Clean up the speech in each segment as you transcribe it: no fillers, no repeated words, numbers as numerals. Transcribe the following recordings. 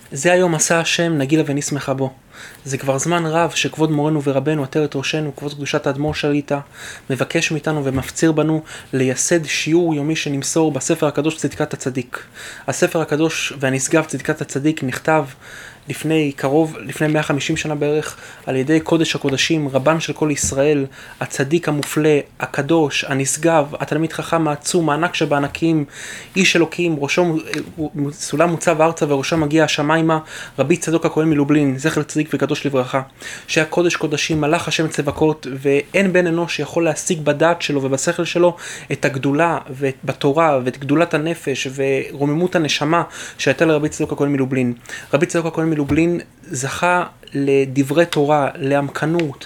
זה היום עשה השם, נגילה ונשמחה בו. זה כבר זמן רב שכבוד מורנו ורבנו, עטרת ראשנו, כבוד קדושת האדמו"ר שליט"א, מבקש מאיתנו ומפציר בנו לייסד שיעור יומי שנמסור בספר הקדוש צדקת הצדיק. הספר הקדוש והנשגב צדקת הצדיק נכתב לפני 150 שנה בערך, על ידי קודש הקודשים, רבן של כל ישראל, הצדיק המופלא, הקדוש, הנשגב, התלמיד חכם העצום, הענק שבענקים, איש אלוקים, ראשו סולם מוצב ארצה וראשו מגיע השמיימה, רבי צדוק הכהן מלובלין, זכר צדיק וקדוש לברכה, שהיה קודש קודשים, מלאך השם צבקות, ואין בן אנוש שיכול להשיג בדעת שלו ובשכל שלו את הגדולה בתורה ואת גדולת הנפש ורוממות הנשמה שהייתה לרבי צדוק הכהן מלובלין. רבי צדוק הכהן מלובלין זכה לדברי תורה, לעמקנות,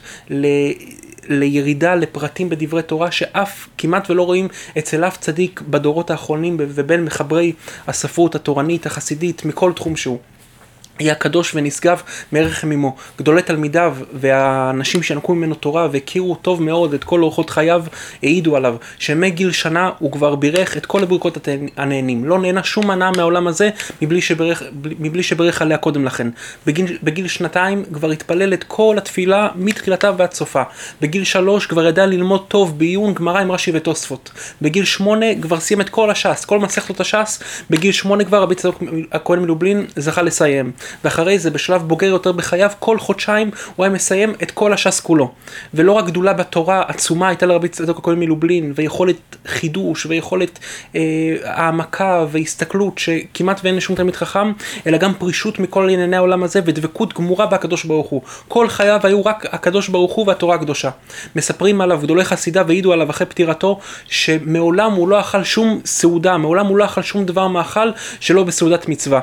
לירידה לפרטים בדברי תורה שאף כמעט ולא רואים אצל אף צדיק בדורות האחרונים ובין מחברי הספרות התורנית, החסידית, מכל תחום שהוא. היה קדוש ונשגב מערך עמו. גדולי תלמידיו והאנשים שנקו ממנו תורה והכירו טוב מאוד את כל אורחות חייו העידו עליו שמגיל שנה הוא כבר בירך את כל הברכות הנהנים. לא נהנה שום מנה מהעולם הזה מבלי שברך עליה קודם לכן. בגיל 2 כבר התפלל את כל התפילה מתחילתה ועד סופה. בגיל 3 כבר ידע ללמוד טוב בעיון גמרא עם רש"י ותוספות. בגיל 8 כבר סיים את כל הש"ס, כל מסכתות הש"ס. בגיל 8 כבר רבי צדוק הכהן מלובלין זכה לסיים. ואחרי זה בשלב בוגר יותר בחייו, כל חודשיים הוא היה מסיים את כל הש"ס כולו. ולא רק גדולה בתורה עצומה הייתה לרבי צדוק הכהן מלובלין, ויכולת חידוש, ויכולת העמקה והסתכלות שכמעט ואין לשום תלמיד חכם, אלא גם פרישות מכל ענייני העולם הזה, ודבקות גמורה בהקדוש ברוך הוא. כל חייו היו רק הקדוש ברוך הוא והתורה הקדושה. מספרים עליו גדולי חסידה והעידו עליו אחרי פטירתו, שמעולם הוא לא אכל שום סעודה, מעולם הוא לא אכל שום דבר מאכל שלא בסעודת מצווה.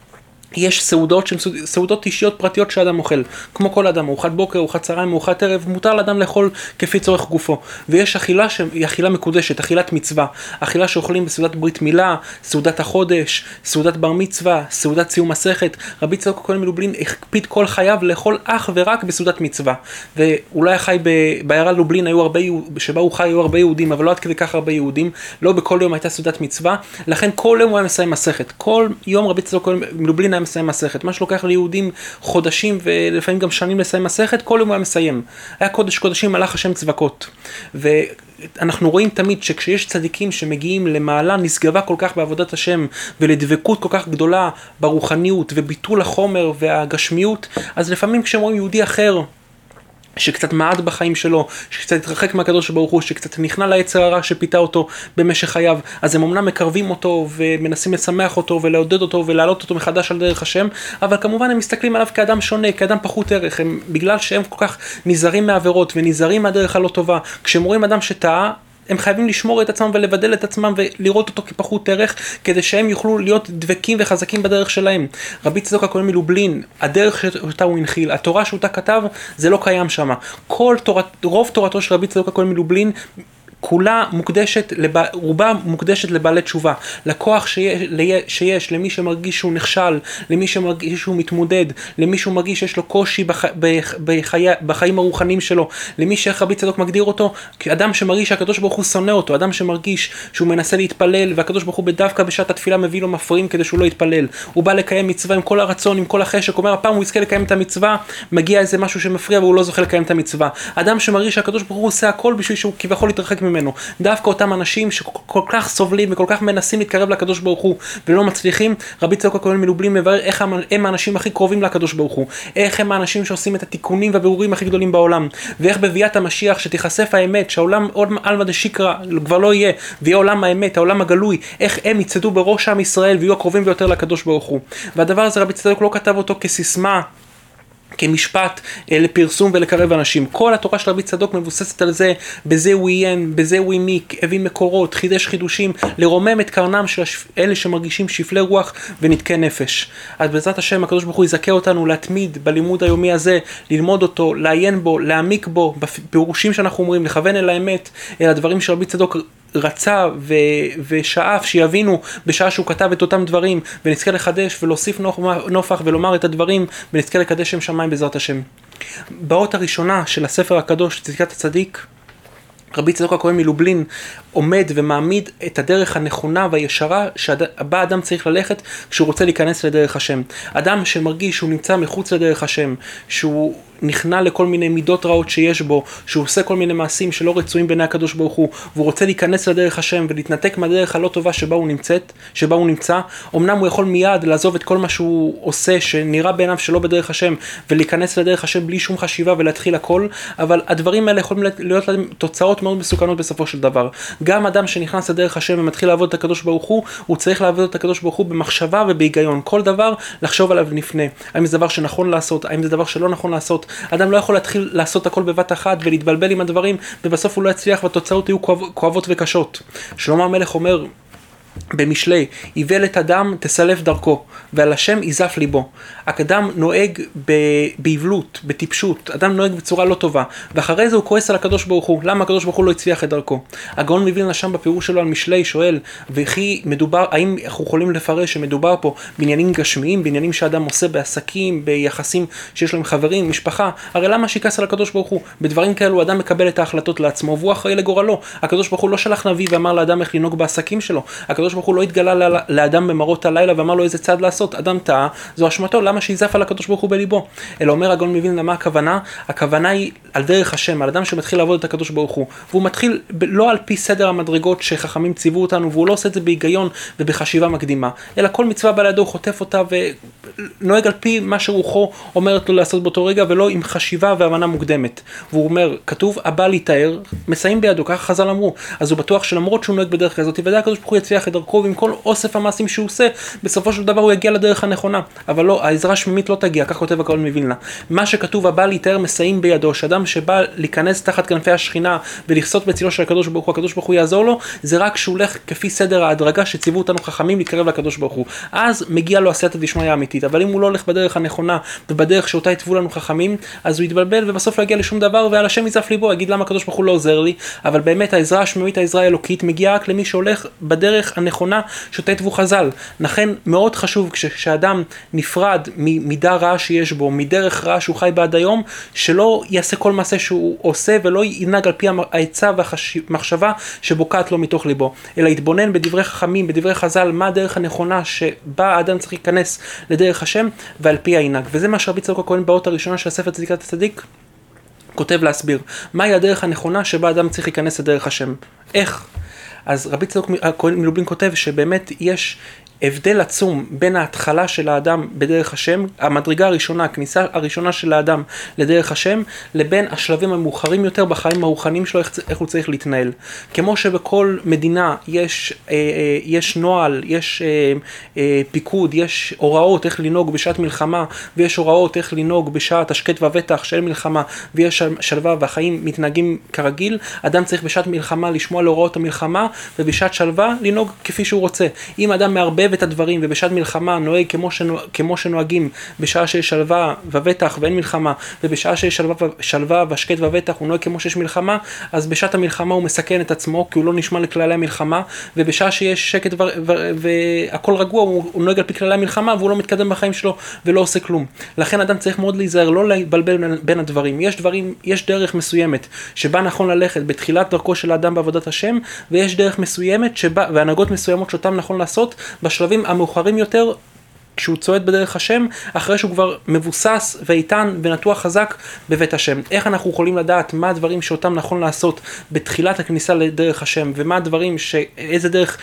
יש סעודות שהן סעודות אישיות פרטיות שאדם אוכל, כמו כל אדם, ארוחת בוקר, ארוחת צהריים, ארוחת ערב, מותר לאדם לאכול כפי צורך גופו. ויש אכילה שהיא אכילה מקודשת, אכילת מצווה, אכילה שאוכלים בסעודת ברית מילה, סעודת החודש, סעודת בר מצווה, סעודת סיום מסכת. רבי צדוק הכהן מלובלין הקפיד כל חייו לאכול אך ורק בסעודת מצווה. ואולי חי בעיירה לובלין שבה הוא חי היו הרבה יהודים, אבל לא עד כדי כך הרבה יהודים, לא בכל יום הייתה סעודת מצווה, לכן כל יום הוא היה מסיים מסכת. כל יום רבי צדוק הכהן מלובלין מסיים מסכת, מה שלוקח ליהודים חודשים ולפעמים גם שנים לסיים מסכת, כל יום הוא היה מסיים. היה קודש קודשים מלאך השם צבקות. ואנחנו רואים תמיד שכשיש צדיקים שמגיעים למעלה נשגבה כל כך בעבודת השם ולדבקות כל כך גדולה ברוחניות וביטול החומר והגשמיות, אז לפעמים כשהם רואים יהודי אחר שקצת מעט בחיים שלו, שקצת התרחק מהקדוש ברוך הוא, שקצת נכנע ליצר הרע שפיתה אותו במשך חייו, אז הם אמנם מקרבים אותו ומנסים לשמח אותו ולעודד אותו ולהעלות אותו מחדש על דרך השם, אבל כמובן הם מסתכלים עליו כאדם שונה, כאדם פחות ערך, בגלל שהם כל כך נזהרים מעבירות ונזהרים מהדרך הלא טובה. כשהם רואים אדם שטעה, הם חייבים לשמור את עצמם ולבדל את עצמם ולראות אותו כפחות ערך, כדי שהם יוכלו להיות דבקים וחזקים בדרך שלהם. רבי צדוק הכהן מלובלין, הדרך שאותה הוא הנחיל, התורה שאותה כתב, זה לא קיים שם. רוב תורתו של רבי צדוק הכהן מלובלין, כולה מוקדשת, רובה מוקדשת לבעלי תשובה, לכוח שיש למי שמרגיש שהוא נכשל, למי שמרגיש שהוא מתמודד, למי שהוא מרגיש שיש לו קושי בחיים הרוחניים שלו, למי שאיך רבי צדוק מגדיר אותו, אדם שמרגיש שהקדוש ברוך הוא שונא אותו, אדם שמרגיש שהוא מנסה להתפלל, והקדוש ברוך הוא בדווקא בשעת התפילה מביא לו מפריעים כדי שהוא לא יתפלל. הוא בא לקיים מצווה עם כל הרצון, עם כל החשק, אומר הפעם הוא יזכה לקיים את המצווה, מגיע איזה משהו שמפריע והוא לא זוכה לקיים את המצווה. אדם שמרגיש שהקדוש ברוך הוא עושה הכל בשביל שהוא כביכול יתרחק ממנו. דווקא אותם אנשים שכל כך סובלים וכל כך מנסים להתקרב לקדוש ברוך הוא ולא מצליחים, רבי צדוק הכהן מלובלין מבאר איך הם האנשים הכי קרובים לקדוש ברוך הוא, איך הם האנשים שעושים את התיקונים והבירורים הכי גדולים בעולם, ואיך בביאת המשיח שתיחשף האמת, שהעולם עוד עלמא דשיקרא כבר לא יהיה, ויהיה עולם האמת, העולם הגלוי, איך הם יצעדו בראש עם ישראל ויהיו הקרובים ביותר לקדוש ברוך הוא. והדבר הזה רבי צדוק לא כתב אותו כסיסמה, כמשפט לפרסום ולקרב אנשים. כל התורה של רבי צדוק מבוססת על זה, בזה הוא עיין, בזה הוא העמיק, הביא מקורות, חידש חידושים, לרומם את קרנם של אלה שמרגישים שפלי רוח ונתקי נפש. אז בעזרת השם הקדוש ברוך הוא יזכה אותנו להתמיד בלימוד היומי הזה, ללמוד אותו, לעיין בו, להעמיק בו, בפירושים שאנחנו אומרים, לכוון אל האמת, אל הדברים של רבי צדוק רצה ושאף שיבינו בשעה שהוא כתב את אותם דברים, ונזכה לחדש ולהוסיף נופח ולומר את הדברים, ונזכה לקדש שם שמיים בעזרת השם. באות הראשונה של הספר הקדוש צדקת הצדיק רבי צדוק הכהן מלובלין עומד ומעמיד את הדרך הנכונה והישרה שבה אדם צריך ללכת כשהוא רוצה להיכנס לדרך השם. אדם שמרגיש שהוא נמצא מחוץ לדרך השם, שהוא נכנע לכל מיני מידות רעות שיש בו, שהוא עושה כל מיני מעשים שלא רצויים בעיני הקדוש ברוך הוא, והוא רוצה להיכנס לדרך השם ולהתנתק מהדרך הלא טובה שבה הוא נמצא, אמנם הוא יכול מיד לעזוב את כל מה שהוא עושה שנראה בעיניו שלא בדרך השם, ולהיכנס לדרך השם בלי שום חשיבה ולהתחיל הכל, אבל הדברים האלה יכולים להיות להם תוצאות מאוד מסוכנות בסופו של דבר. גם אדם שנכנס לדרך השם ומתחיל לעבוד את הקדוש ברוך הוא צריך לעבוד את הקדוש ברוך הוא במחשבה ובהיגיון. כל דבר לחשוב עליו לפני. האם זה דבר שנכון לעשות, האם זה דבר שלא נכון לעשות. אדם לא יכול להתחיל לעשות הכל בבת אחת ולהתבלבל עם הדברים, ובסוף הוא לא יצליח והתוצאות יהיו כואבות וקשות. שלמה המלך אומר במשלי, איוולת אדם תסלף דרכו, ועל השם יזף ליבו. אדם נוהג באבלות, בטיפשות, אדם נוהג בצורה לא טובה, ואחרי זה הוא כועס על הקדוש ברוך הוא. למה הקדוש ברוך הוא לא הצליח את דרכו? הגאון מווילנה שם בפירוש שלו על משלי שואל, וכי מדובר, האם אנחנו יכולים לפרש שמדובר פה בעניינים גשמיים, בעניינים שאדם עושה בעסקים, ביחסים שיש לו עם חברים, משפחה? הרי למה שיכעס על הקדוש ברוך הוא? בדברים כאלו אדם מקבל את ההחלטות לעצמו, והוא אחראי לגורלו. הקדוש ברוך הוא לא שלח נביא ואמר לאדם איך לנהוג בעסקים שלו. הקדוש ברוך הוא לא התגלה לאדם במראות הלילה ואמר לו איזה צד לעשות. אדם טעה, זו אשמתו, למה שיזף על הקדוש ברוך הוא בליבו? אלא אומר הגאון מווילנה מה הכוונה? הכוונה היא על דרך השם, על אדם שמתחיל לעבוד את הקדוש ברוך הוא, והוא מתחיל לא על פי סדר המדרגות שחכמים ציוו אותנו, והוא לא עושה את זה בהיגיון ובחשיבה מקדימה, אלא כל מצווה בא לידו הוא חוטף אותה ונוהג על פי מה שרוחו אומרת לו לעשות באותו רגע, ולא עם חשיבה והבנה מוקדמת. והוא אומר, כתוב הבא להתאר מסיים בידו, כך חז"ל אמרו. אז הוא בטוח שלמרות שהוא נוהג בדרך כזאת, ודאי הקדוש ברוך הוא יצליח את דרכו, ועם כל אוסף המעשים שהוא עושה, בסופו של דבר הוא יגיע לדרך הנכונה. אבל לא, העזרה השמימית לא תגיע, כך כותב הגאון מווילנה. מה שכתוב הבא להתאר מסיים בידו, שאדם שבא להיכנס תחת כנפי השכינה ולכסות בצילו של הקדוש ברוך הוא, הקדוש ברוך הוא יעזור לו, זה רק שהוא הולך כפי סדר ההדרגה שציוו אותנו חכמים להתקרב לקדוש ברוך הוא. אז מגיע לו עשייתא דשמיא האמיתית. אבל אם הוא לא הולך בדרך הנכונה ובדרך שאותה התוו לנו חכמים, אז הוא יתבלבל ובסוף לא יגיע לשום דבר, ועל השם יזף ליבו, יגיד למה הקדוש ברוך הוא לא עוזר לי. אבל באמת העזרה השמימית, העזרה האלוקית, מגיעה רק למי שהולך בדרך הנכונה שאותה התוו חז"ל. לכן מאוד חשוב כשאדם נפרד ממידה רעה שיש בו, מדרך רעה שהוא חי בעד היום, שלא יעשה כל מעשה שהוא עושה ולא ינהג על פי העצה והמחשבה שבוקעת לו מתוך ליבו, אלא יתבונן בדברי חכמים, בדברי חז"ל, מה הדרך הנכונה שבה האדם צריך להיכנס לדרך השם, ועל פי העינג. וזה מה שרבי צדוק הכהן באות הראשונה של הספר צדיקת הצדיק כותב להסביר. מהי הדרך הנכונה שבה האדם צריך להיכנס לדרך השם? איך? אז רבי צדוק הכהן מלובלין כותב שבאמת יש הבדל עצום בין ההתחלה של האדם בדרך השם, המדרגה הראשונה, הכניסה הראשונה של האדם לדרך השם, לבין השלבים המאוחרים יותר בחיים הרוחניים שלו, איך הוא צריך להתנהל. כמו שבכל מדינה יש נוהל, יש פיקוד, יש הוראות איך לנהוג בשעת מלחמה, ויש הוראות איך לנהוג בשעת השקט והבטח של מלחמה, ויש שלווה והחיים מתנהגים כרגיל, אדם צריך בשעת מלחמה לשמוע להוראות המלחמה, ובשעת שלווה לנהוג כפי שהוא רוצה. אם אדם מערבב את הדברים ובשעת מלחמה נוהג כמו שנוהגים בשעה שיש שלווה ובטח ואין מלחמה, ובשעה שיש שלווה והשקט ובטח הוא נוהג כמו שיש מלחמה, אז בשעת המלחמה הוא מסכן את עצמו כי הוא לא נשמע לכללי המלחמה, ובשעה שיש שקט והכל רגוע הוא נוהג על פי כללי המלחמה והוא לא מתקדם בחיים שלו ולא עושה כלום. לכן אדם צריך מאוד להיזהר, לא להתבלבל בין הדברים. יש דרך מסוימת שבה נכון ללכת בתחילת דרכו של האדם בעבודת השם, ויש דרך מסוימת והנהגות מסוימות שאותם נכון לעשות בשלבים המאוחרים יותר, כשהוא צועד בדרך השם, אחרי שהוא כבר מבוסס ואיתן ונטוע חזק בבית השם. איך אנחנו יכולים לדעת מה הדברים שאותם נכון לעשות בתחילת הכניסה לדרך השם, ומה הדברים איזה דרך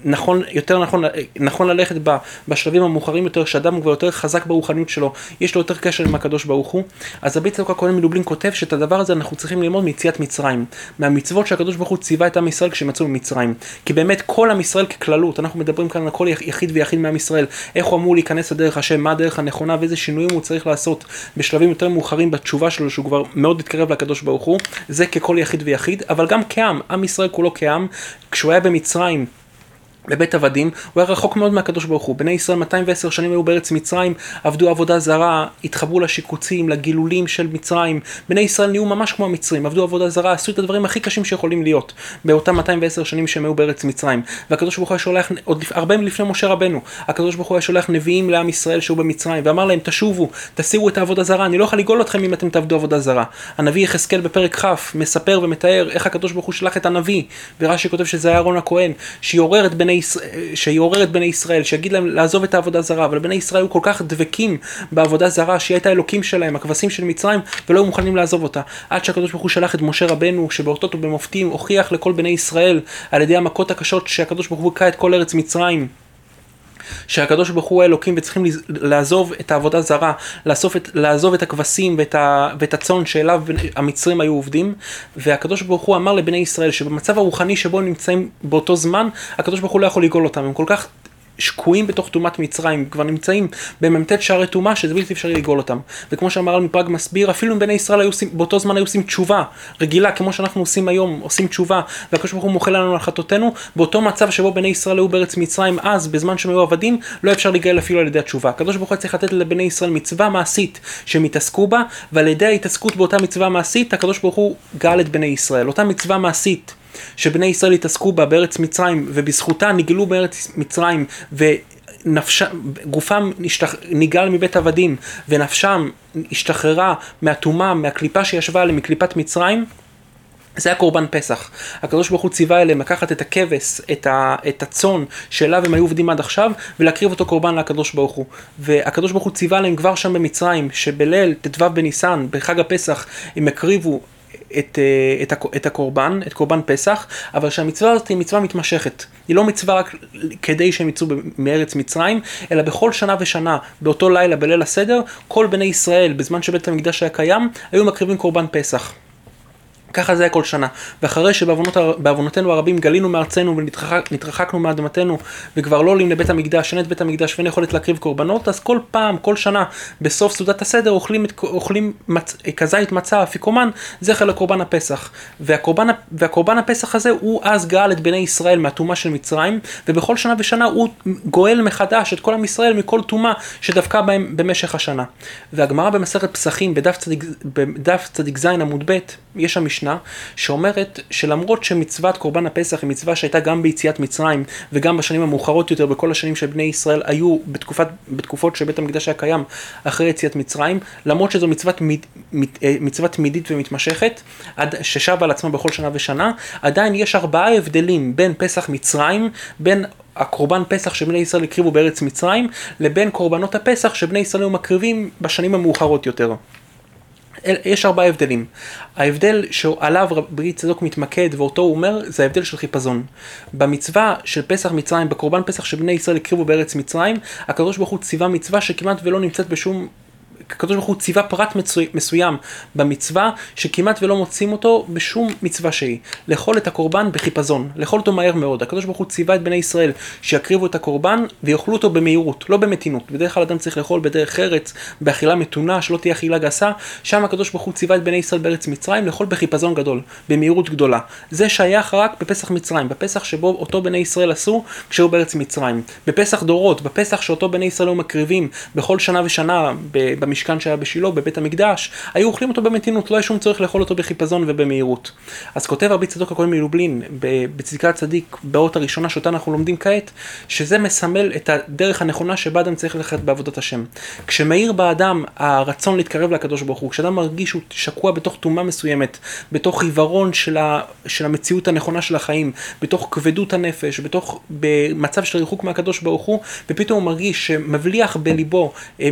נכון ללכת בה בשלבים המאוחרים יותר, שאדם כבר יותר חזק ברוחניות שלו, יש לו יותר קשר עם הקדוש ברוך הוא. אז רבי צדוק הכהן מלובלין כותב שאת הדבר הזה אנחנו צריכים ללמוד מיציאת מצרים, מהמצוות שהקדוש ברוך הוא ציווה את עם ישראל כשמצאו ממצרים. כי באמת כל עם ישראל ככללות, אנחנו מדברים כאן על כל יחיד ויחיד מעם ישראל, איך הוא אמור להיכנס לדרך השם, מה הדרך הנכונה ואיזה שינויים הוא צריך לעשות בשלבים יותר מאוחרים בתשובה שלו, שהוא כבר מאוד התקרב לקדוש ברוך הוא. זה ככל יחיד ויחיד, אבל גם כעם, עם ישראל כולו כעם, כשהוא היה במצרים, בבית עבדים, הוא היה רחוק מאוד מהקדוש ברוך הוא. בני ישראל 210 שנים היו בארץ מצרים, עבדו עבודה זרה, התחברו לשיקוצים, לגילולים של מצרים. בני ישראל נהיו ממש כמו המצרים, עבדו עבודה זרה, עשו את הדברים הכי קשים שיכולים להיות, באותם 210 שנים שהם היו בארץ מצרים. והקדוש ברוך הוא היה שולח, עוד הרבה לפני משה רבנו, הקדוש ברוך הוא היה שולח נביאים לעם ישראל שהיו במצרים, ואמר להם, תשובו, תסירו את העבודה זרה, אני לא יכול לגאול אתכם אם אתם תעבדו עבודה זרה. הנביא יחזקאל בפרק כ' מספר ומתאר איך הקדוש ברוך הוא שלח את הנביא, ורש"י כותב שזה היה אהרון הכהן, שיעורר את בני ישראל, שיגיד להם לעזוב את העבודה זרה, אבל בני ישראל היו כל כך דבקים בעבודה זרה, שהיא הייתה האלוקים שלהם, הכבשים של מצרים, ולא היו מוכנים לעזוב אותה. עד שהקדוש ברוך הוא שלח את משה רבנו, שבאותות ובמופתים הוכיח לכל בני ישראל, על ידי המכות הקשות שהקדוש ברוך הוא הכה את כל ארץ מצרים, שהקדוש ברוך הוא האלוקים וצריכים לעזוב את העבודה זרה, לעזוב את הכבשים ואת הצאן שאליו המצרים היו עובדים. והקדוש ברוך הוא אמר לבני ישראל שבמצב הרוחני שבו הם נמצאים באותו זמן, הקדוש ברוך הוא לא יכול לגאול אותם, הם כל כך שקועים בתוך טומאת מצרים, כבר נמצאים במ"ט שערי טומאה שזה בלתי אפשרי לגאול אותם. וכמו שאמר מפראג מסביר, אפילו אם בני ישראל באותו זמן היו עושים תשובה רגילה, כמו שאנחנו עושים היום, עושים תשובה, והקדוש ברוך הוא מוחל לנו על חטאותינו, באותו מצב שבו בני ישראל היו בארץ מצרים, אז בזמן שהם היו עבדים, לא אפשר לגאל אפילו על ידי התשובה. הקדוש ברוך הוא צריך לתת לבני ישראל מצווה מעשית שהם יתעסקו בה, ועל ידי ההתעסקות באותה מצווה מעשית, הקדוש ברוך הוא גאל את בני ישראל. אותה מצווה מעשית שבני ישראל התעסקו בה בארץ מצרים, ובזכותה נגלו בארץ מצרים, גופם נגאל מבית עבדים, ונפשם השתחררה מהטומאה, מהקליפה שישבה עליהם, מקליפת מצרים, זה היה קורבן פסח. הקדוש ברוך הוא ציווה אליהם לקחת את הכבש, את הצאן שאליו הם היו עובדים עד עכשיו, ולהקריב אותו קורבן לקדוש ברוך הוא. והקדוש ברוך הוא ציווה עליהם כבר שם במצרים, שבליל ט"ו בניסן, בחג הפסח, הם הקריבו את הקורבן, את קורבן פסח, אבל שהמצווה הזאת היא מצווה מתמשכת. היא לא מצווה רק כדי שהם יצאו מארץ מצרים, אלא בכל שנה ושנה, באותו לילה, בליל הסדר, כל בני ישראל, בזמן שבית המקדש היה קיים, היו מקריבים קורבן פסח. ככה זה היה כל שנה. ואחרי שבעוונותינו הרבים גלינו מארצנו ונתרחקנו מאדמתנו, וכבר לא עולים לבית המקדש, אין את בית המקדש ואין יכולת להקריב קורבנות, אז כל פעם, כל שנה, בסוף סעודת הסדר, אוכלים כזית מצה, אפיקומן, זכר לקורבן הפסח. והקורבן הפסח הזה הוא אז גאל את בני ישראל מהטומאה של מצרים, ובכל שנה ושנה הוא גואל מחדש את כל עם ישראל מכל טומאה שדבקה בהם במשך השנה. והגמרא במסכת פסחים, בדף צדיק זין עמוד ב', יש שם משנה שאומרת שלמרות שמצוות קורבן הפסח היא מצווה שהייתה גם ביציאת מצרים וגם בשנים המאוחרות יותר, בכל השנים שבני ישראל היו בתקופות שבית המקדש היה קיים אחרי יציאת מצרים, למרות שזו מצווה תמידית ומתמשכת ששבה על עצמה בכל שנה ושנה, עדיין יש 4 הבדלים בין פסח מצרים, בין הקורבן פסח שבני ישראל הקריבו בארץ מצרים, לבין קורבנות הפסח שבני ישראל היו מקריבים בשנים המאוחרות יותר. יש 4 הבדלים. ההבדל שעליו רבי צדוק מתמקד ואותו הוא אומר, זה ההבדל של חיפזון. במצווה של פסח מצרים, בקורבן פסח שבני ישראל הקריבו בארץ מצרים, הקדוש ברוך הוא ציווה מצווה שכמעט ולא נמצאת בשום, הקדוש ברוך הוא ציווה פרט מסוים במצווה שכמעט ולא מוצאים אותו בשום מצווה שהיא. לאכול את הקורבן בחיפזון, לאכול אותו מהר מאוד. הקדוש ברוך הוא ציווה את בני ישראל שיקריבו את הקורבן ויאכלו אותו במהירות, לא במתינות. בדרך כלל אדם צריך לאכול בדרך ארץ, באכילה מתונה, שלא תהיה אכילה גסה. שם הקדוש ברוך הוא ציווה את בני ישראל בארץ מצרים לאכול בחיפזון גדול, במהירות גדולה. זה שייך רק בפסח מצרים, בפסח שבו אותו בני ישראל עשו כשהיו בארץ מצרים. בפסח דורות, בפסח שאותו בני ישראל היו מקריבים בכל שנה ושנה במשכן שהיה בשילה, בבית המקדש, היו אוכלים אותו במתינות, לא היה שום צורך לאכול אותו בחיפזון ובמהירות. אז כותב רבי צדוק הכהן מלובלין, בצדקת הצדיק, באות הראשונה שאותה אנחנו לומדים כעת, שזה מסמל את הדרך הנכונה שבה אדם צריך ללכת בעבודת השם. כשמאיר באדם הרצון להתקרב לקדוש ברוך הוא, כשאדם מרגיש שהוא שקוע בתוך טומאה מסוימת, בתוך עיוורון של המציאות הנכונה של החיים, בתוך כבדות הנפש, במצב של ריחוק מהקדוש ברוך הוא, ופתאום הוא מרגיש שמבליח בליבו,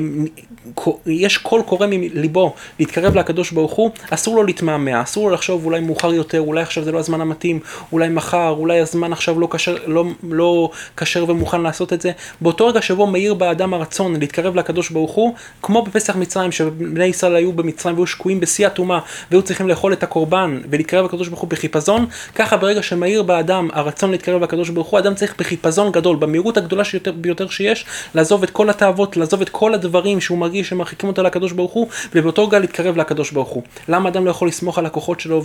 יש קול קורא מליבו להתקרב לקדוש ברוך הוא, אסור לו להתמהמה, אסור לו לחשוב אולי מאוחר יותר, אולי עכשיו זה לא הזמן המתאים, אולי מחר, אולי הזמן עכשיו לא קשר ומוכן לעשות את זה. באותו רגע שבו מאיר באדם הרצון להתקרב לקדוש ברוך הוא, כמו בפסח מצרים, שבני ישראל היו במצרים והיו שקועים בשיא הטומאה, והיו צריכים לאכול את הקורבן ולהתקרב לקדוש ברוך הוא בחיפזון, ככה ברגע שמאיר באדם הרצון להתקרב לקדוש ברוך הוא, אדם צריך בחיפזון גדול, במהירות הגדולה ביותר שיש, לעזוב את כל התאוות, לעזוב את כל הדברים שהוא מרגיש שמרחיקים מחזקים אותו לקדוש ברוך הוא, ובאותו רגע להתקרב לקדוש ברוך הוא. למה אדם לא יכול לסמוך על הכוחות שלו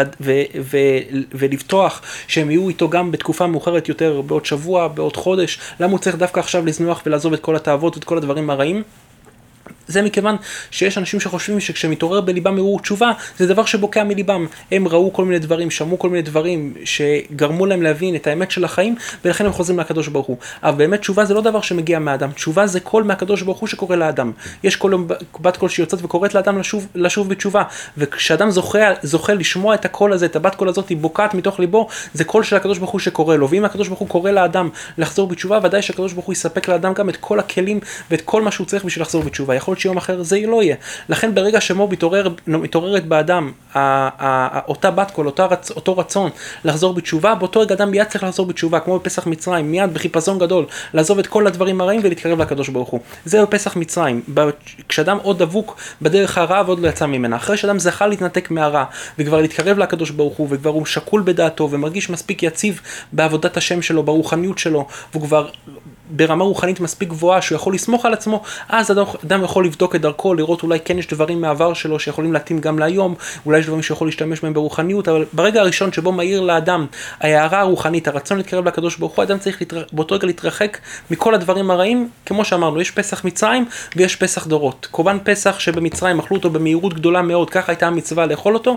ולבטוח שהם יהיו איתו גם בתקופה מאוחרת יותר, בעוד שבוע, בעוד חודש? למה הוא צריך דווקא עכשיו לזנוח ולעזוב את כל התאוות ואת כל הדברים הרעים? זה מכיוון שיש אנשים שחושבים שכשמתעורר בליבם ערעור תשובה, זה דבר שבוקע מליבם. הם ראו כל מיני דברים, שמעו כל מיני דברים שגרמו להם להבין את האמת של החיים, ולכן הם חוזרים לקדוש ברוך הוא. אבל באמת תשובה זה לא דבר שמגיע מהאדם. תשובה זה קול מהקדוש ברוך הוא שקורא לאדם. יש בת קול שיוצאת וקוראת לאדם לשוב בתשובה. וכשאדם זוכה לשמוע את הקול הזה, את הבת קול הזאת, היא בוקעת מתוך ליבו, זה קול של הקדוש ברוך הוא שקורא לו. ואם הקדוש ברוך הוא קורא לאדם לחזור בתשובה, ודאי שהקדוש ברוך הוא יספק לאדם גם את כל הכלים ואת כל מה שהוא צריך בשביל לחזור בתשובה. יכול להיות שיום אחר זה לא יהיה. לכן ברגע שמו מתעוררת באדם אותה בת קול, אותו רצון לחזור בתשובה, באותו רגע אדם מיד צריך לחזור בתשובה, כמו בפסח מצרים, מיד בחיפזון גדול, לעזוב את כל הדברים הרעים ולהתקרב לקדוש ברוך הוא. זה בפסח מצרים, כשאדם עוד דבוק בדרך הרע ועוד לא יצא ממנה. אחרי שאדם זכה להתנתק מהרע וכבר להתקרב לקדוש ברוך הוא, וכבר הוא שקול בדעתו ומרגיש מספיק יציב בעבודת השם שלו, ברוחניות שלו, והוא כבר ברמה רוחנית מספיק גבוהה שהוא יכול לסמוך על עצמו, אז אדם יכול לבדוק את דרכו, לראות אולי כן יש דברים מהעבר שלו שיכולים להתאים גם להיום, אולי יש דברים שיכול להשתמש בהם ברוחניות, אבל ברגע הראשון שבו מאיר לאדם ההערה הרוחנית, הרצון להתקרב לקדוש ברוך הוא, אדם צריך באותו רגע להתרחק מכל הדברים הרעים. כמו שאמרנו, יש פסח מצרים ויש פסח דורות. קורבן פסח שבמצרים אכלו אותו במהירות גדולה מאוד, ככה הייתה המצווה לאכול אותו.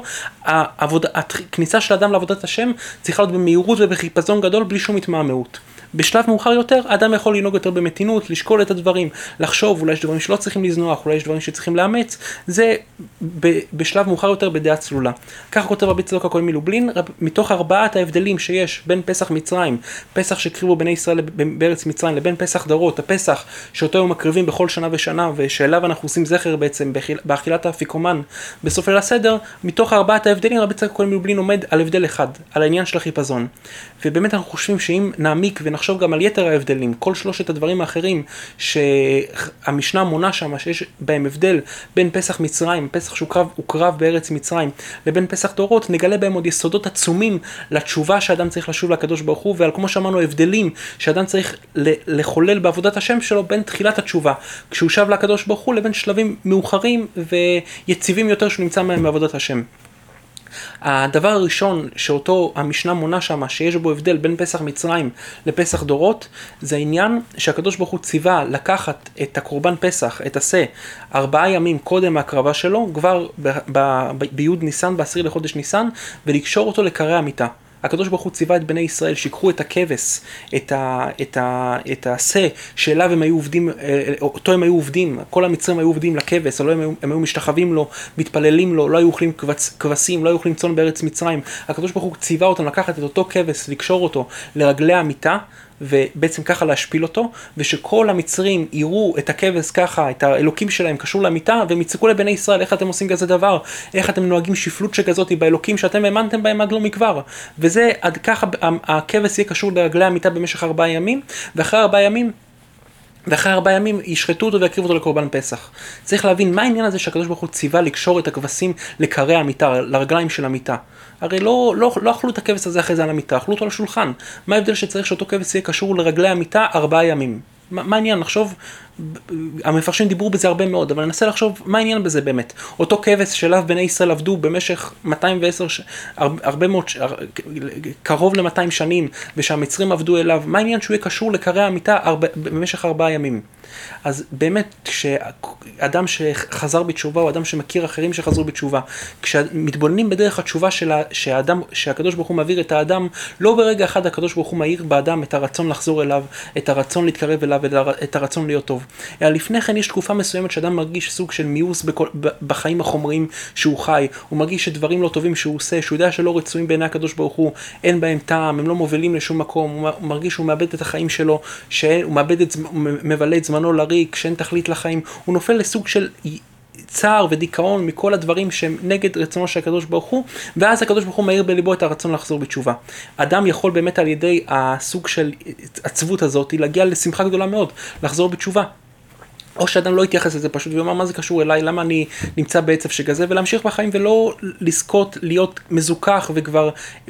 הכניסה של האדם לעבודת השם צריכה להיות במהירות ובחיפזון גדול, בלי שום התמהמהות. בשלב מאוחר יותר, האדם יכול לנהוג יותר במתינות, לשקול את הדברים, לחשוב, אולי יש דברים שלא צריכים לזנוח, אולי יש דברים שצריכים לאמץ, זה בשלב מאוחר יותר בדעה צלולה. כך כותב רבי צדוק הכהן מלובלין, מתוך 4 ההבדלים שיש בין פסח מצרים, פסח שקריבו בני ישראל בארץ מצרים, לבין פסח דורות, הפסח שאותו הם מקריבים בכל שנה ושנה, ושאליו אנחנו עושים זכר בעצם באכילת האפיקומן בסוף ליל הסדר, מתוך 4 ההבדלים רבי צדוק הכהן מלובלין עומד על הבדל אחד, על העניין של החיפזון. ובאמת אנחנו חושבים שאם נעמיק ונחשוב גם על יתר ההבדלים, כל 3 הדברים האחרים שהמשנה מונה שם, שיש בהם הבדל בין פסח מצרים, פסח שהוא קרב בארץ מצרים, לבין פסח דורות, נגלה בהם עוד יסודות עצומים לתשובה שאדם צריך לשוב לקדוש ברוך הוא, ועל כמו שאמרנו הבדלים שאדם צריך לחולל בעבודת השם שלו בין תחילת התשובה, כשהוא שב לקדוש ברוך הוא, לבין שלבים מאוחרים ויציבים יותר שהוא נמצא מהם בעבודת השם. הדבר הראשון שאותו המשנה מונה שם, שיש בו הבדל בין פסח מצרים לפסח דורות, זה העניין שהקדוש ברוך הוא ציווה לקחת את הקורבן פסח, את עשה, 4 ימים קודם ההקרבה שלו, כבר ביוד ניסן, ב10 לחודש ניסן, ולקשור אותו לקרי המיטה. הקדוש ברוך הוא ציווה את בני ישראל שיקחו את הכבש, את העשה שאליו הם היו עובדים, אותו הם היו עובדים, כל המצרים היו עובדים לכבש, הם היו משתחווים לו, מתפללים לו, לא היו אוכלים כבשים, לא היו אוכלים צאן בארץ מצרים. הקדוש ברוך הוא ציווה אותם לקחת את אותו כבש, לקשור אותו לרגלי המיטה, ובעצם ככה להשפיל אותו, ושכל המצרים יראו את הכבש ככה, את האלוקים שלהם קשור למיטה, והם יצקו לבני ישראל, איך אתם עושים כזה דבר? איך אתם נוהגים שפלות שכזאת באלוקים שאתם האמנתם בהם עד לא מכבר? וזה עד ככה הכבש יהיה קשור לרגלי המיטה במשך 4 ימים, ואחרי 4 ימים ישחטו אותו ויקריבו אותו לקורבן פסח. צריך להבין מה העניין הזה שהקדוש ברוך הוא ציווה לקשור את הכבשים לקרי המיטה, לרגליים של המיטה. הרי לא אכלו את הכבש הזה אחרי זה על המיטה, אכלו אותו על השולחן. מה ההבדל שצריך שאותו כבש יהיה קשור לרגלי המיטה 4 ימים? מה העניין? נחשוב, המפרשים דיברו בזה הרבה מאוד, אבל ננסה לחשוב מה העניין בזה באמת. אותו כבש שאליו בני ישראל עבדו במשך 210, קרוב ל-200 שנים, ושהמצרים עבדו אליו, מה העניין שהוא יהיה קשור לקרי המיטה במשך 4 ימים? אז באמת, כשאדם שחזר בתשובה, או אדם שמכיר אחרים שחזרו בתשובה, כשמתבוננים בדרך התשובה שהקדוש ברוך הוא מעביר את האדם, לא ברגע אחד הקדוש ברוך הוא מעיר באדם את הרצון לחזור אליו, את הרצון להתקרב אליו, את הרצון להיות טוב. אלא לפני כן יש תקופה מסוימת שאדם מרגיש סוג של מיאוס בחיים החומריים שהוא חי, הוא מרגיש שדברים לא טובים שהוא עושה, שהוא יודע שלא רצויים בעיני הקדוש ברוך הוא, אין בהם טעם, הם לא מובילים לשום מקום, הוא מרגיש שהוא מאבד את החיים שלו, שהוא מבלה את זמנו לריק, שאין תכלית לחיים, הוא נופל לסוג של צער ודיכאון מכל הדברים שהם נגד רצונו של הקדוש ברוך הוא, ואז הקדוש ברוך הוא מאיר בליבו את הרצון לחזור בתשובה. אדם יכול באמת על ידי הסוג של עצבות הזאת להגיע לשמחה גדולה מאוד, לחזור בתשובה. או שאדם לא יתייחס לזה פשוט ויאמר מה זה קשור אליי, למה אני נמצא בעצב שכזה, ולהמשיך בחיים ולא לזכות להיות מזוכח וכבר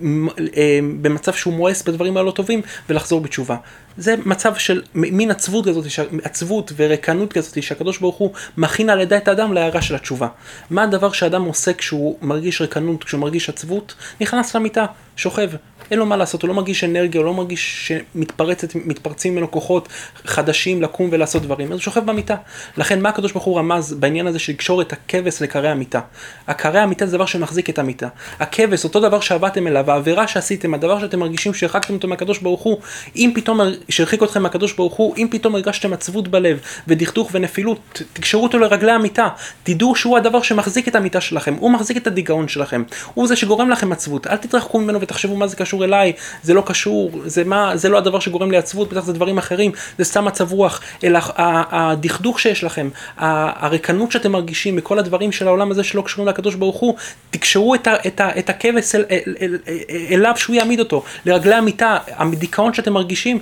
במצב שהוא מואס בדברים הלא טובים ולחזור בתשובה. זה מצב של מין עצבות כזאת, עצבות ורקנות כזאת שהקדוש ברוך הוא מכין על ידי את האדם להערה של התשובה. מה הדבר שהאדם עושה כשהוא מרגיש רקנות, כשהוא מרגיש עצבות? נכנס למיטה, שוכב. אין לו מה לעשות, הוא לא מרגיש אנרגיה, הוא לא מרגיש שמתפרצים ממנו כוחות חדשים לקום ולעשות דברים, אז הוא שוכב במיטה. לכן מה הקדוש ברוך הוא רמז בעניין הזה של לקשור את הכבש לקרי המיטה? הקרי המיטה זה דבר שמחזיק את המיטה. הכבש, אותו דבר שעבדתם אליו, העבירה שעשיתם, הדבר שאתם מרגישים שהרחקתם אותו מהקדוש ברוך הוא, אם פתאום שהרחיק אתכם מהקדוש ברוך הוא, אם פתאום הרגשתם עצבות בלב ודכדוך ונפילות, תקשרו אותו לרגלי המיטה, תדעו שהוא הדבר שמחזיק את המיטה שלכם, הוא מחזיק את הדיגאון שלכם, הוא זה שגורם לכם עצבות. אל תתרחקו ממנו ותחשבו מה זה קשור אליי, זה לא קשור, זה לא הדבר שגורם לי עצבות, בטח זה דברים אחרים, זה סתם מצב רוח, אלא הדכדוך שיש לכם, הרקנות שאתם מרגישים מכל הדברים של העולם הזה שלא קשורים לקדוש ברוך הוא, תקשרו את הכבש אליו שהוא יעמיד אותו, לרגלי המיטה, הדיכאון שאתם מרגישים,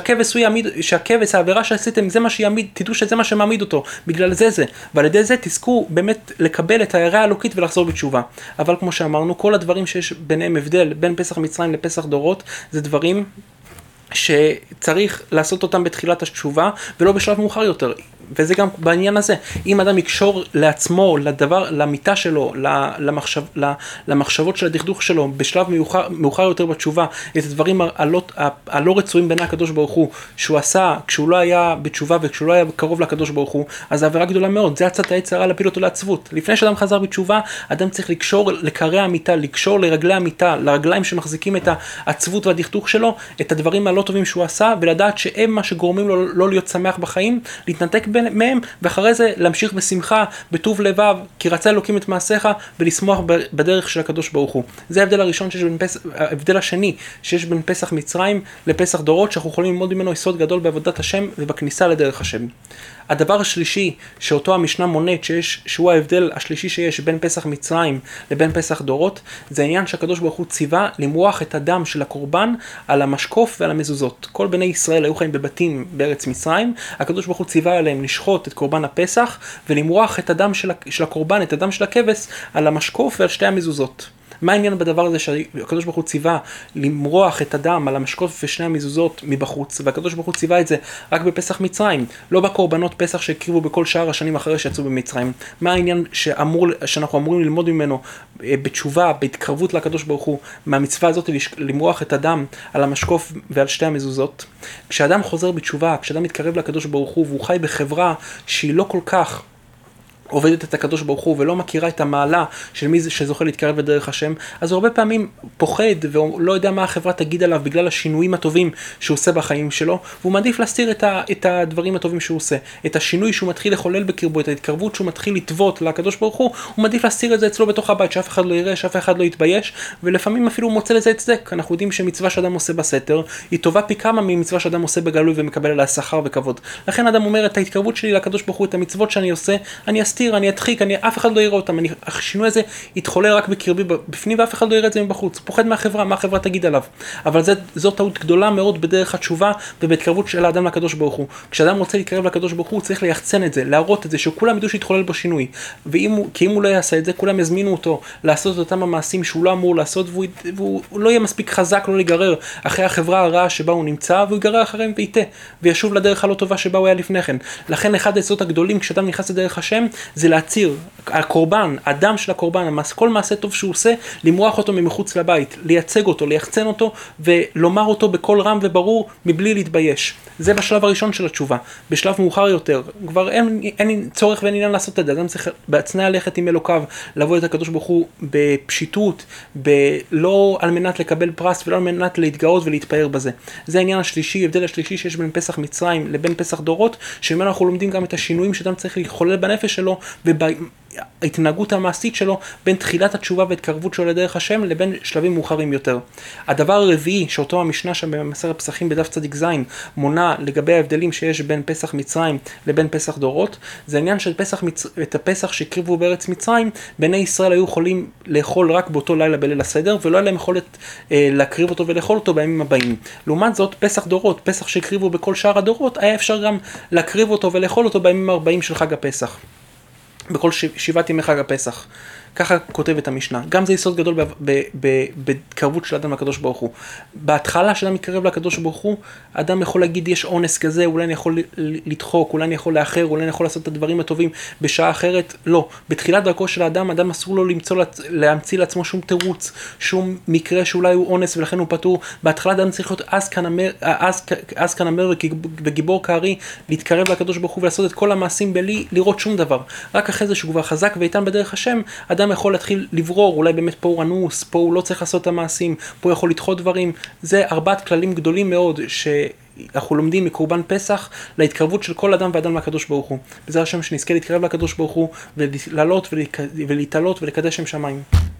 שהכבש, העבירה שעשיתם, זה מה שיעמיד, תדעו שזה מה שמעמיד אותו, בגלל זה, ועל ידי זה תזכו באמת לקבל את ההערה האלוקית ולחזור בתשובה. אבל כמו שאמרנו, כל הדברים שיש ביניהם הבדל, בין פסח מצרים לפסח דורות, זה דברים שצריך לעשות אותם בתחילת התשובה, ולא בשלב מאוחר יותר. וזה גם בעניין הזה. אם אדם יקשור לעצמו, למיטה שלו, למחשבות של הדכדוך שלו, בשלב מאוחר יותר בתשובה, את הדברים הלא רצויים בין הקדוש ברוך הוא, שהוא עשה כשהוא לא היה בתשובה וכשהוא לא היה קרוב לקדוש ברוך הוא, אז העבירה גדולה מאוד. זה הצעת היצר הרע להפיל אותו לעצבות. לפני שאדם חזר בתשובה, אדם צריך לקשור לקרי המיטה, לקשור לרגלי המיטה, לרגליים שמחזיקים את העצבות והדכדוך שלו, את הדברים הלא טובים שהוא עשה, ולדעת שהם מה שגורמים לו לא להיות שמח בחיים, להתנתק מהם, ואחרי זה להמשיך בשמחה, בטוב לבב, כי רצה אלוקים את מעשיך, ולשמוח בדרך של הקדוש ברוך הוא. זה ההבדל הראשון ההבדל השני שיש בין פסח מצרים לפסח דורות, שאנחנו יכולים ללמוד ממנו יסוד גדול בעבודת השם ובכניסה לדרך השם. הדבר השלישי שאותו המשנה מונית, שהוא ההבדל השלישי שיש בין פסח מצרים לבין פסח דורות, זה העניין שהקדוש ברוך הוא ציווה למרוח את הדם של הקורבן על המשקוף ועל המזוזות. כל בני ישראל היו חיים בבתים בארץ מצרים, הקדוש ברוך הוא ציווה עליהם לשחוט את קורבן הפסח ולמרוח את הדם של הקורבן, את הדם של הכבש, על המשקוף ועל שתי המזוזות. מה העניין בדבר הזה שהקדוש ברוך הוא ציווה למרוח את הדם על המשקוף ושני המזוזות מבחוץ, והקדוש ברוך הוא ציווה את זה רק בפסח מצרים, לא בקורבנות פסח שהקריבו בכל שאר השנים אחרי שיצאו במצרים? מה העניין שאנחנו אמורים ללמוד ממנו בתשובה, בהתקרבות לקדוש ברוך הוא, מהמצווה הזאת למרוח את הדם על המשקוף ועל שתי המזוזות? כשאדם חוזר בתשובה, כשאדם מתקרב לקדוש ברוך הוא והוא חי בחברה שהיא לא כל כך עובדת את הקדוש ברוך הוא ולא מכירה את המעלה של מי שזוכה להתקרב בדרך השם, אז הוא הרבה פעמים פוחד ולא יודע מה החברה תגיד עליו בגלל השינויים הטובים שהוא עושה בחיים שלו, והוא מעדיף להסתיר את הדברים הטובים שהוא עושה, את השינוי שהוא מתחיל לחולל בקרבו, את ההתקרבות שהוא מתחיל לטוות לקדוש ברוך הוא מעדיף להסתיר את זה אצלו בתוך הבית, שאף אחד לא יראה, שאף אחד לא יתבייש, ולפעמים אפילו הוא מוצא לזה הצדק. אנחנו יודעים שמצווה שאדם עושה בסתר היא טובה פי כמה ממצווה שאדם עושה בגלוי ומקבל עליה שכר וכבוד. לכן אדם אומר, את ההתקרבות שלי לקדוש ברוך הוא, את המצוות שאני עושה, אני אסתיר, אני אדחיק, אף אחד לא יראה אותם, השינוי הזה יתחולל רק בקרבי בפנים ואף אחד לא יראה את זה מבחוץ. הוא פוחד מהחברה, מה החברה תגיד עליו. אבל זו טעות גדולה מאוד בדרך התשובה ובהתקרבות של האדם לקדוש ברוך הוא. כשאדם רוצה להתקרב לקדוש ברוך הוא, צריך ליחצן את זה, להראות את זה, שכולם ידעו שיתחולל בו שינוי. כי אם הוא לא יעשה את זה, כולם יזמינו אותו לעשות את אותם המעשים שהוא לא אמור לעשות, והוא לא יהיה מספיק חזק לא להיגרר אחרי החברה הרעה שבה הוא נמצא, והוא ייגרר אחריהם ויתה, וישוב לדרך הלא טובה שבה הוא היה לפני כן. לכן אחד היסודות הגדולים כשאדם נכנס לדרך השם, זה להציר הקורבן, הדם של הקורבן, כל מעשה טוב שהוא עושה, למרוח אותו ממחוץ לבית, לייצג אותו, ליחצן אותו ולומר אותו בקול רם וברור מבלי להתבייש. זה בשלב הראשון של התשובה. בשלב מאוחר יותר, כבר אין צורך ואין עניין לעשות את זה. אדם צריך בעצנה ללכת עם אלוקיו, לבוא את הקדוש ברוך הוא בפשיטות, לא על מנת לקבל פרס ולא על מנת להתגאות ולהתפאר בזה. זה העניין השלישי, ההבדל השלישי שיש בין פסח מצרים לבין פסח דורות, שממנו אנחנו לומדים גם את השינויים שאדם צריך לחולל בנפש שלו שלו ההתנהגות המעשית שלו בין תחילת התשובה והתקרבות שלו לדרך השם לבין שלבים מאוחרים יותר. הדבר הרביעי שאותו המשנה שם במסכת פסחים בדף צדיק ז' מונה לגבי ההבדלים שיש בין פסח מצרים לבין פסח דורות, זה העניין של את הפסח שהקריבו בארץ מצרים, בני ישראל היו יכולים לאכול רק באותו לילה בליל הסדר, ולא היה להם יכולת להקריב אותו ולאכול אותו בימים הבאים. לעומת זאת, פסח דורות, פסח שהקריבו בכל שאר הדורות, היה אפשר גם להקריב אותו ולאכול אותו בימים 40 של חג הפסח. בכל 7 ימי חג הפסח. ככה כותבת המשנה. גם זה יסוד גדול בקרבות של אדם לקדוש ברוך הוא. בהתחלה שאדם מתקרב לקדוש ברוך הוא, אדם יכול להגיד יש אונס כזה, אולי אני יכול לדחוק, אולי אני יכול לאחר, אולי אני יכול לעשות את הדברים הטובים בשעה אחרת. לא. בתחילת דרכו של האדם, אדם אסור לו להמציא לעצמו שום תירוץ, שום מקרה שאולי הוא אונס ולכן הוא פטור. בהתחלה אדם צריך להיות אז כאן אמר וגיבור כארי, להתקרב לקדוש ברוך הוא ולעשות את כל המעשים בלי לראות שום דבר. רק אחרי זה שהוא כבר חזק ואיתן בדרך השם, אדם יכול להתחיל לברור, אולי באמת פה הוא אנוס, פה הוא לא צריך לעשות את המעשים, פה הוא יכול לדחות דברים. זה 4 כללים גדולים מאוד שאנחנו לומדים מקורבן פסח להתקרבות של כל אדם ואדם לקדוש ברוך הוא. בזה השם שנזכה להתקרב לקדוש ברוך הוא ולעלות ולהתעלות ולקדש שם שמיים.